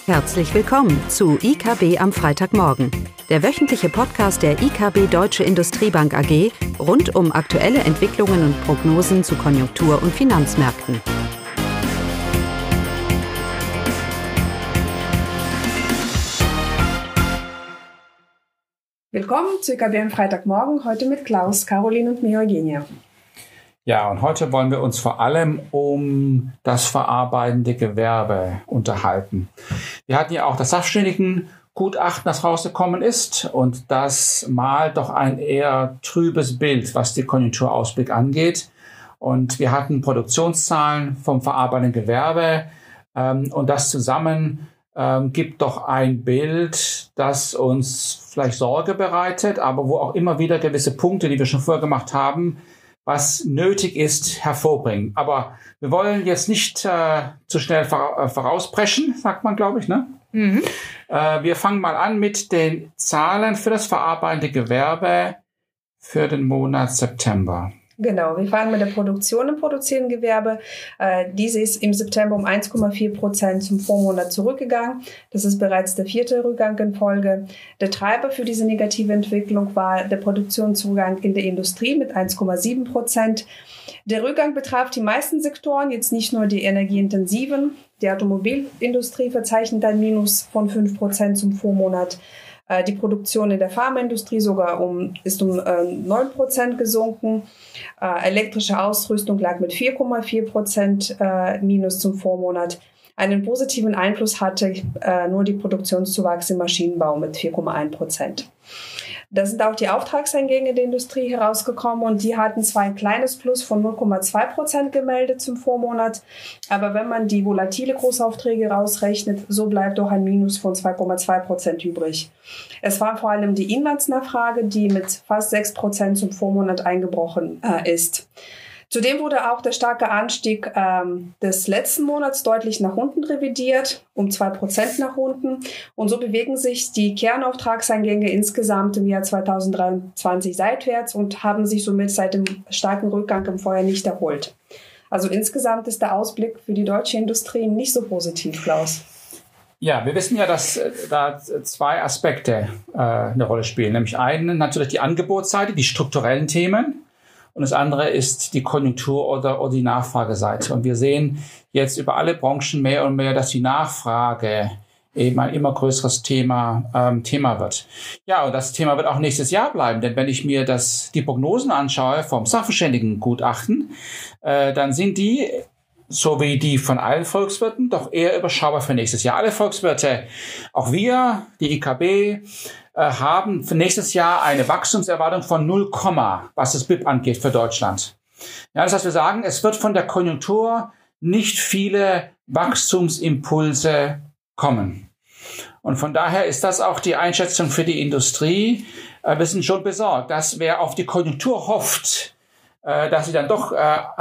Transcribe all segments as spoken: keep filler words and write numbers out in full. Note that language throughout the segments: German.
Herzlich willkommen zu I K B am Freitagmorgen, der wöchentliche Podcast der I K B Deutsche Industriebank A G rund um aktuelle Entwicklungen und Prognosen zu Konjunktur- und Finanzmärkten. Willkommen zu I K B am Freitagmorgen, heute mit Klaus, Caroline und mir, Eugenia. Ja, und heute wollen wir uns vor allem um das verarbeitende Gewerbe unterhalten. Wir hatten ja auch das Sachverständigengutachten, das rausgekommen ist, und das malt doch ein eher trübes Bild, was die Konjunkturausblick angeht. Und wir hatten Produktionszahlen vom verarbeitenden Gewerbe, ähm, und das zusammen ähm, gibt doch ein Bild, das uns vielleicht Sorge bereitet, aber wo auch immer wieder gewisse Punkte, die wir schon vorher gemacht haben, was nötig ist, hervorbringen. Aber wir wollen jetzt nicht äh, zu schnell vora- vorauspreschen, sagt man, glaube ich, ne? Mhm. Äh, wir fangen mal an mit den Zahlen für das verarbeitende Gewerbe für den Monat September. Genau, wir fangen mit der Produktion im produzierenden Gewerbe. Äh, diese ist im September um eins Komma vier Prozent zum Vormonat zurückgegangen. Das ist bereits der vierte Rückgang in Folge. Der Treiber für diese negative Entwicklung war der Produktionsrückgang in der Industrie mit eins Komma sieben Prozent. Der Rückgang betraf die meisten Sektoren, jetzt nicht nur die energieintensiven. Die Automobilindustrie verzeichnet ein Minus von fünf Prozent zum Vormonat. Die Produktion in der Pharmaindustrie sogar um, ist um äh, neun Prozent gesunken. Äh, elektrische Ausrüstung lag mit vier Komma vier Prozent äh, Minus zum Vormonat. Einen positiven Einfluss hatte äh, nur die Produktionszuwachs im Maschinenbau mit vier Komma eins Prozent. Da sind auch die Auftragseingänge der Industrie herausgekommen und die hatten zwar ein kleines Plus von null Komma zwei Prozent gemeldet zum Vormonat, aber wenn man die volatile Großaufträge rausrechnet, so bleibt doch ein Minus von zwei Komma zwei Prozent übrig. Es war vor allem die Inlandsnachfrage, die mit fast sechs Prozent zum Vormonat eingebrochen äh, ist. Zudem wurde auch der starke Anstieg ähm, des letzten Monats deutlich nach unten revidiert, um zwei Prozent nach unten. Und so bewegen sich die Kernauftragseingänge insgesamt im Jahr zweitausenddreiundzwanzig seitwärts und haben sich somit seit dem starken Rückgang im Vorjahr nicht erholt. Also insgesamt ist der Ausblick für die deutsche Industrie nicht so positiv, Klaus. Ja, wir wissen ja, dass äh, da zwei Aspekte äh, eine Rolle spielen. Nämlich einen natürlich die Angebotsseite, die strukturellen Themen. Und das andere ist die Konjunktur oder, oder die Nachfrageseite. Und wir sehen jetzt über alle Branchen mehr und mehr, dass die Nachfrage eben ein immer größeres Thema, ähm, Thema wird. Ja, und das Thema wird auch nächstes Jahr bleiben. Denn wenn ich mir das, die Prognosen anschaue vom Sachverständigengutachten, äh, dann sind die, so wie die von allen Volkswirten, doch eher überschaubar für nächstes Jahr. Alle Volkswirte, auch wir, die I K B, haben für nächstes Jahr eine Wachstumserwartung von null, was das B I P angeht für Deutschland. Ja, das heißt, wir sagen, es wird von der Konjunktur nicht viele Wachstumsimpulse kommen. Und von daher ist das auch die Einschätzung für die Industrie. Wir sind schon besorgt, dass wer auf die Konjunktur hofft, dass sie dann doch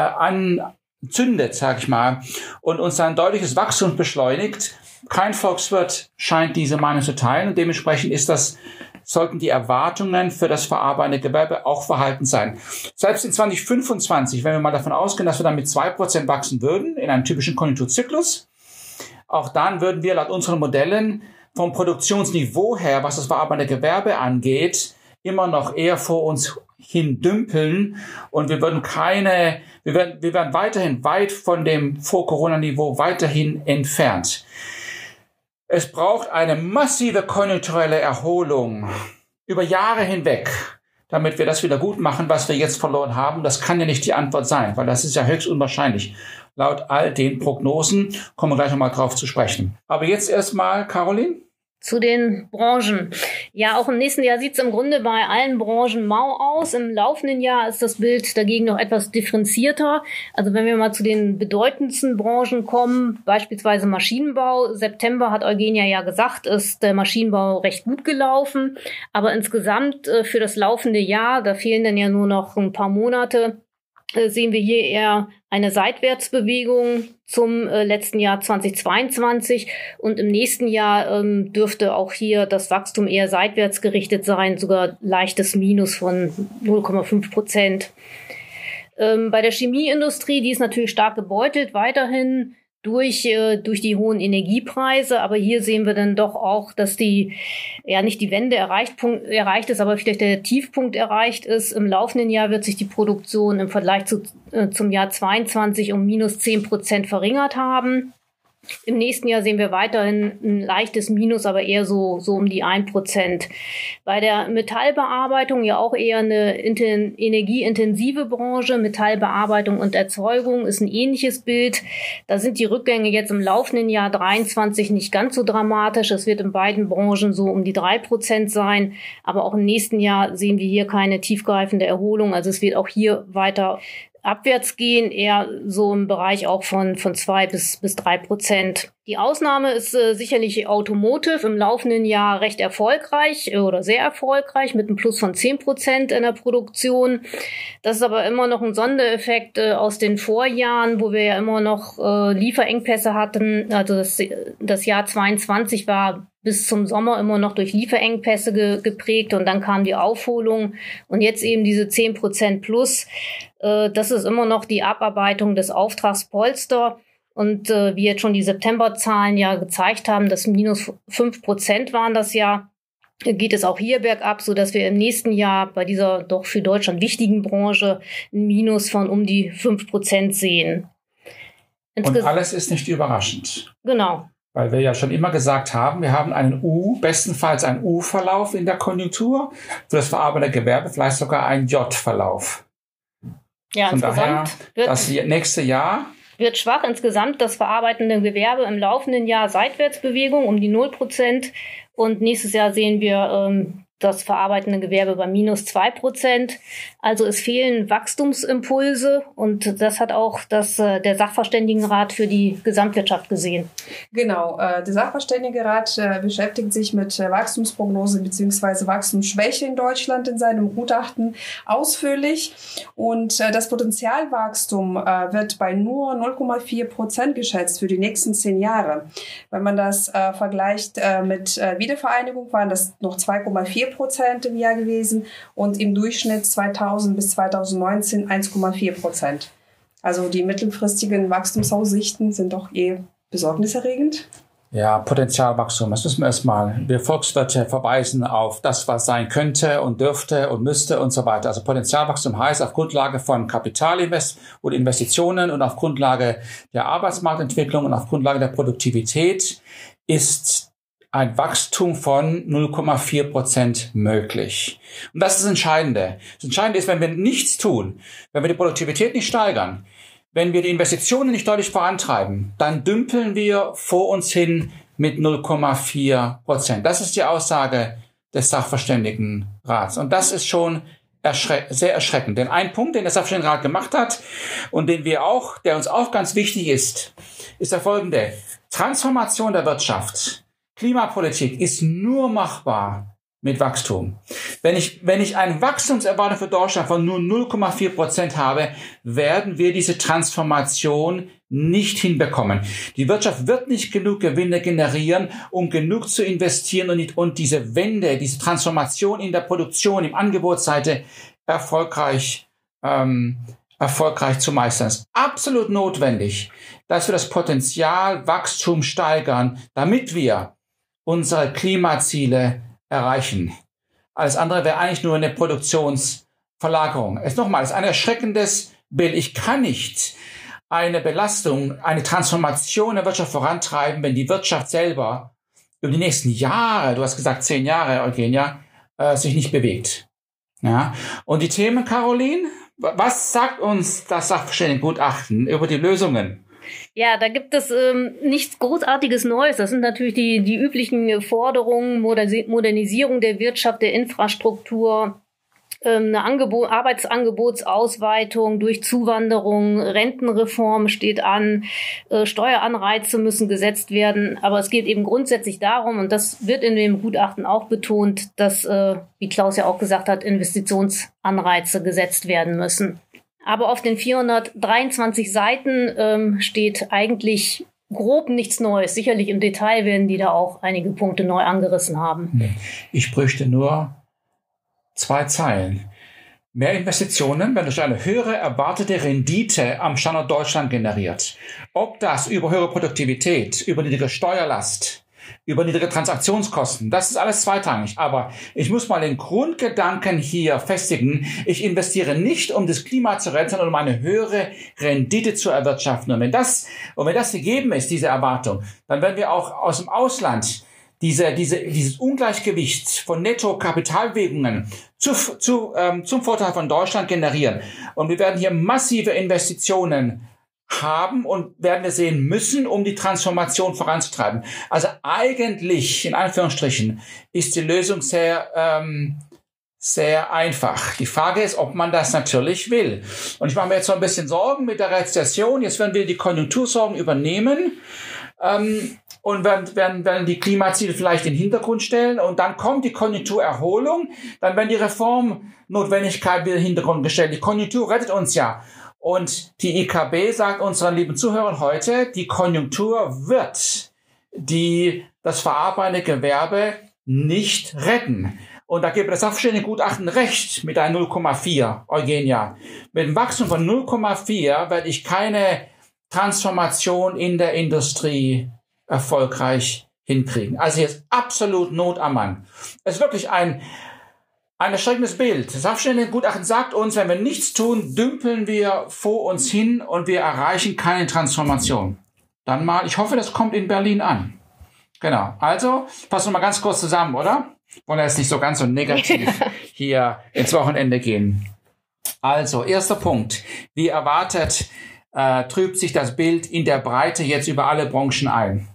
anzündet, sage ich mal, und uns dann deutliches Wachstum beschleunigt. Kein Volkswirt scheint diese Meinung zu teilen und dementsprechend ist das, sollten die Erwartungen für das verarbeitende Gewerbe auch verhalten sein. Selbst in zwanzig fünfundzwanzig, wenn wir mal davon ausgehen, dass wir dann mit zwei Prozent wachsen würden, in einem typischen Konjunkturzyklus, auch dann würden wir laut unseren Modellen vom Produktionsniveau her, was das verarbeitende Gewerbe angeht, immer noch eher vor uns hin dümpeln und wir würden keine, wir werden, wir werden weiterhin weit von dem Vor-Corona-Niveau weiterhin entfernt. Es braucht eine massive konjunkturelle Erholung über Jahre hinweg, damit wir das wieder gut machen, was wir jetzt verloren haben. Das kann ja nicht die Antwort sein, weil das ist ja höchst unwahrscheinlich. Laut all den Prognosen kommen wir gleich nochmal drauf zu sprechen. Aber jetzt erstmal, Caroline. Zu den Branchen. Ja, auch im nächsten Jahr sieht es im Grunde bei allen Branchen mau aus. Im laufenden Jahr ist das Bild dagegen noch etwas differenzierter. Also wenn wir mal zu den bedeutendsten Branchen kommen, beispielsweise Maschinenbau. September, hat Eugenia ja gesagt, ist der Maschinenbau recht gut gelaufen. Aber insgesamt äh, für das laufende Jahr, da fehlen dann ja nur noch ein paar Monate, äh, sehen wir hier eher eine Seitwärtsbewegung zum äh, letzten Jahr zweitausendzweiundzwanzig und im nächsten Jahr ähm, dürfte auch hier das Wachstum eher seitwärts gerichtet sein, sogar leichtes Minus von null Komma fünf Prozent. Ähm, bei der Chemieindustrie, die ist natürlich stark gebeutelt, weiterhin durch, äh, durch die hohen Energiepreise. Aber hier sehen wir dann doch auch, dass die, ja, nicht die Wende erreicht, Punkt, erreicht ist, aber vielleicht der Tiefpunkt erreicht ist. Im laufenden Jahr wird sich die Produktion im Vergleich zu, äh, zum Jahr zweiundzwanzig um minus zehn Prozent verringert haben. Im nächsten Jahr sehen wir weiterhin ein leichtes Minus, aber eher so, so um die ein Prozent. Bei der Metallbearbeitung ja auch eher eine inten, energieintensive Branche. Metallbearbeitung und Erzeugung ist ein ähnliches Bild. Da sind die Rückgänge jetzt im laufenden Jahr dreiundzwanzig nicht ganz so dramatisch. Es wird in beiden Branchen so um die drei Prozent sein. Aber auch im nächsten Jahr sehen wir hier keine tiefgreifende Erholung. Also es wird auch hier weiter abwärts gehen, eher so im Bereich auch von von zwei bis bis drei Prozent. Die Ausnahme ist äh, sicherlich Automotive, im laufenden Jahr recht erfolgreich äh, oder sehr erfolgreich mit einem Plus von zehn Prozent in der Produktion. Das ist aber immer noch ein Sondereffekt äh, aus den Vorjahren, wo wir ja immer noch äh, Lieferengpässe hatten. Also das, das Jahr zweiundzwanzig war bis zum Sommer immer noch durch Lieferengpässe ge- geprägt und dann kam die Aufholung und jetzt eben diese zehn Prozent plus. Äh, das ist immer noch die Abarbeitung des Auftragspolster. Und äh, wie jetzt schon die Septemberzahlen ja gezeigt haben, das minus fünf Prozent waren das Jahr, geht es auch hier bergab, so dass wir im nächsten Jahr bei dieser doch für Deutschland wichtigen Branche ein Minus von um die fünf Prozent sehen. Insges- Und alles ist nicht überraschend. Genau. Weil wir ja schon immer gesagt haben, wir haben einen U, bestenfalls einen U-Verlauf in der Konjunktur, für das verarbeitende Gewerbe vielleicht sogar einen J-Verlauf. Ja, Von daher, wird das nächste Jahr wird schwach. Insgesamt das verarbeitende Gewerbe im laufenden Jahr Seitwärtsbewegung um die null Prozent. Und nächstes Jahr sehen wir ähm, das verarbeitende Gewerbe bei minus zwei Prozent. Also es fehlen Wachstumsimpulse und das hat auch das, äh, der Sachverständigenrat für die Gesamtwirtschaft gesehen. Genau, äh, der Sachverständigenrat äh, beschäftigt sich mit äh, Wachstumsprognose bzw. Wachstumsschwäche in Deutschland in seinem Gutachten ausführlich. Und äh, das Potenzialwachstum äh, wird bei nur null Komma vier Prozent geschätzt für die nächsten zehn Jahre. Wenn man das äh, vergleicht äh, mit äh, Wiedervereinigung, waren das noch zwei Komma vier Prozent im Jahr gewesen und im Durchschnitt zweitausend bis zweitausendneunzehn eins Komma vier Prozent. Also die mittelfristigen Wachstumsaussichten sind doch eh besorgniserregend. Ja, Potenzialwachstum, das müssen wir erstmal. Wir Volkswirte verweisen auf das, was sein könnte und dürfte und müsste und so weiter. Also Potenzialwachstum heißt auf Grundlage von Kapitalinvest und Investitionen und auf Grundlage der Arbeitsmarktentwicklung und auf Grundlage der Produktivität ist ein Wachstum von null Komma vier Prozent möglich. Und das ist das Entscheidende. Das Entscheidende ist, wenn wir nichts tun, wenn wir die Produktivität nicht steigern, wenn wir die Investitionen nicht deutlich vorantreiben, dann dümpeln wir vor uns hin mit null Komma vier Prozent. Das ist die Aussage des Sachverständigenrats. Und das ist schon erschre- sehr erschreckend. Denn ein Punkt, den der Sachverständigenrat gemacht hat und den wir auch, der uns auch ganz wichtig ist, ist der folgende. Transformation der Wirtschaft. Klimapolitik ist nur machbar mit Wachstum. Wenn ich, wenn ich eine Wachstumserwartung für Deutschland von nur null Komma vier Prozent habe, werden wir diese Transformation nicht hinbekommen. Die Wirtschaft wird nicht genug Gewinne generieren, um genug zu investieren und, und diese Wende, diese Transformation in der Produktion, im Angebotsseite erfolgreich, ähm, erfolgreich zu meistern. Es ist absolut notwendig, dass wir das Potenzial Wachstum steigern, damit wir unsere Klimaziele erreichen. Alles andere wäre eigentlich nur eine Produktionsverlagerung. Es nochmal, es ist ein erschreckendes Bild. Ich kann nicht eine Belastung, eine Transformation der Wirtschaft vorantreiben, wenn die Wirtschaft selber über die nächsten Jahre, du hast gesagt zehn Jahre, Eugenia, äh, sich nicht bewegt. Ja. Und die Themen, Caroline, was sagt uns das Sachverständigengutachten über die Lösungen? Ja, da gibt es ähm, nichts Großartiges Neues. Das sind natürlich die, die üblichen Forderungen, Modernisierung der Wirtschaft, der Infrastruktur, ähm, eine Angebot, Arbeitsangebotsausweitung durch Zuwanderung, Rentenreform steht an, äh, Steueranreize müssen gesetzt werden. Aber es geht eben grundsätzlich darum, und das wird in dem Gutachten auch betont, dass, äh, wie Klaus ja auch gesagt hat, Investitionsanreize gesetzt werden müssen. Aber auf den vierhundertdreiundzwanzig Seiten ähm, steht eigentlich grob nichts Neues. Sicherlich im Detail werden die da auch einige Punkte neu angerissen haben. Ich bräuchte nur zwei Zeilen. Mehr Investitionen werden durch eine höhere erwartete Rendite am Standort Deutschland generiert. Ob das über höhere Produktivität, über niedrige Steuerlast, über niedrige Transaktionskosten, das ist alles zweitrangig. Aber ich muss mal den Grundgedanken hier festigen. Ich investiere nicht, um das Klima zu retten, sondern um eine höhere Rendite zu erwirtschaften. Und wenn das, und wenn das gegeben ist, diese Erwartung, dann werden wir auch aus dem Ausland diese, diese, dieses Ungleichgewicht von Netto-Kapitalbewegungen zu, zu, ähm, zum Vorteil von Deutschland generieren. Und wir werden hier massive Investitionen haben und werden wir sehen müssen, um die Transformation voranzutreiben. Also eigentlich, in Anführungsstrichen, ist die Lösung sehr, ähm, sehr einfach. Die Frage ist, ob man das natürlich will. Und ich mache mir jetzt so ein bisschen Sorgen mit der Rezession. Jetzt werden wir die Konjunktursorgen übernehmen. Ähm, und werden, werden, werden die Klimaziele vielleicht in den Hintergrund stellen und dann kommt die Konjunkturerholung, dann werden die Reformnotwendigkeit wieder in den Hintergrund gestellt. Die Konjunktur rettet uns ja. Und die I K B sagt unseren lieben Zuhörern heute, die Konjunktur wird die, das verarbeitende Gewerbe nicht retten. Und da gibt das Sachverständigengutachten recht mit einem null Komma vier, Eugenia. Mit einem Wachstum von null Komma vier werde ich keine Transformation in der Industrie erfolgreich hinkriegen. Also hier ist absolut Not am Mann. Es ist wirklich ein, ein erschreckendes Bild. Das Sachverständigengutachten sagt uns, wenn wir nichts tun, dümpeln wir vor uns hin und wir erreichen keine Transformation. Dann mal, ich hoffe, das kommt in Berlin an. Genau. Also, fassen wir mal ganz kurz zusammen, oder? Wollen wir jetzt nicht so ganz so negativ hier ins Wochenende gehen. Also, erster Punkt. Wie erwartet, äh, trübt sich das Bild in der Breite jetzt über alle Branchen ein.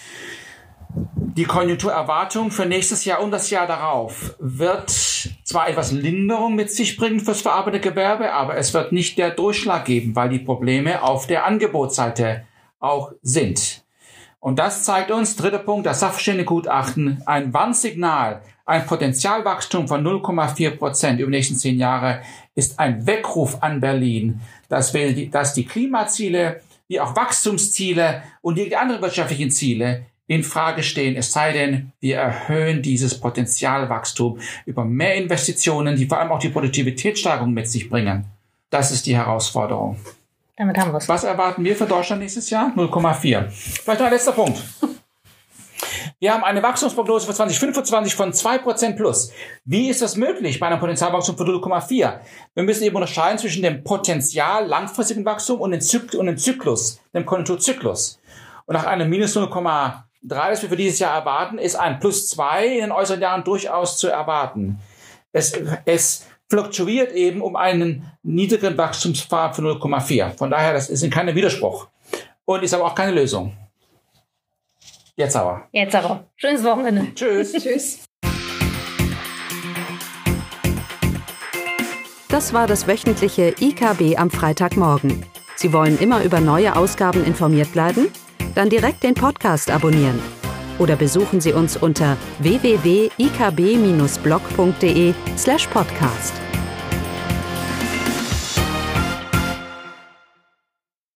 Die Konjunkturerwartung für nächstes Jahr und das Jahr darauf wird zwar etwas Linderung mit sich bringen fürs verarbeitende Gewerbe, aber es wird nicht der Durchschlag geben, weil die Probleme auf der Angebotsseite auch sind. Und das zeigt uns, dritter Punkt, das Sachverständigengutachten, ein Warnsignal, ein Potenzialwachstum von null Komma vier Prozent über die nächsten zehn Jahre ist ein Weckruf an Berlin, dass, wir die, dass die Klimaziele, wie auch Wachstumsziele und die anderen wirtschaftlichen Ziele in Frage stehen, es sei denn, wir erhöhen dieses Potenzialwachstum über mehr Investitionen, die vor allem auch die Produktivitätssteigerung mit sich bringen. Das ist die Herausforderung. Damit haben wir es. Was erwarten wir für Deutschland nächstes Jahr? null Komma vier. Vielleicht noch ein letzter Punkt. Wir haben eine Wachstumsprognose für zwanzig fünfundzwanzig von zwei Prozent plus. Wie ist das möglich bei einem Potenzialwachstum von null Komma vier? Wir müssen eben unterscheiden zwischen dem Potenzial langfristigen Wachstum und dem, Zyk- und dem Zyklus, dem Konjunkturzyklus. Und nach einem minus null Komma drei, das wir für dieses Jahr erwarten, ist ein plus zwei in den äußeren Jahren durchaus zu erwarten. Es, es fluktuiert eben um einen niedrigen Wachstumspfad von null Komma vier. Von daher, das ist kein Widerspruch. Und ist aber auch keine Lösung. Jetzt aber. Jetzt aber. Schönes Wochenende. Tschüss. Tschüss. Das war das wöchentliche I K B am Freitagmorgen. Sie wollen immer über neue Ausgaben informiert bleiben? Dann direkt den Podcast abonnieren. Oder besuchen Sie uns unter w w w punkt i k b bindestrich blog punkt d e slash podcast.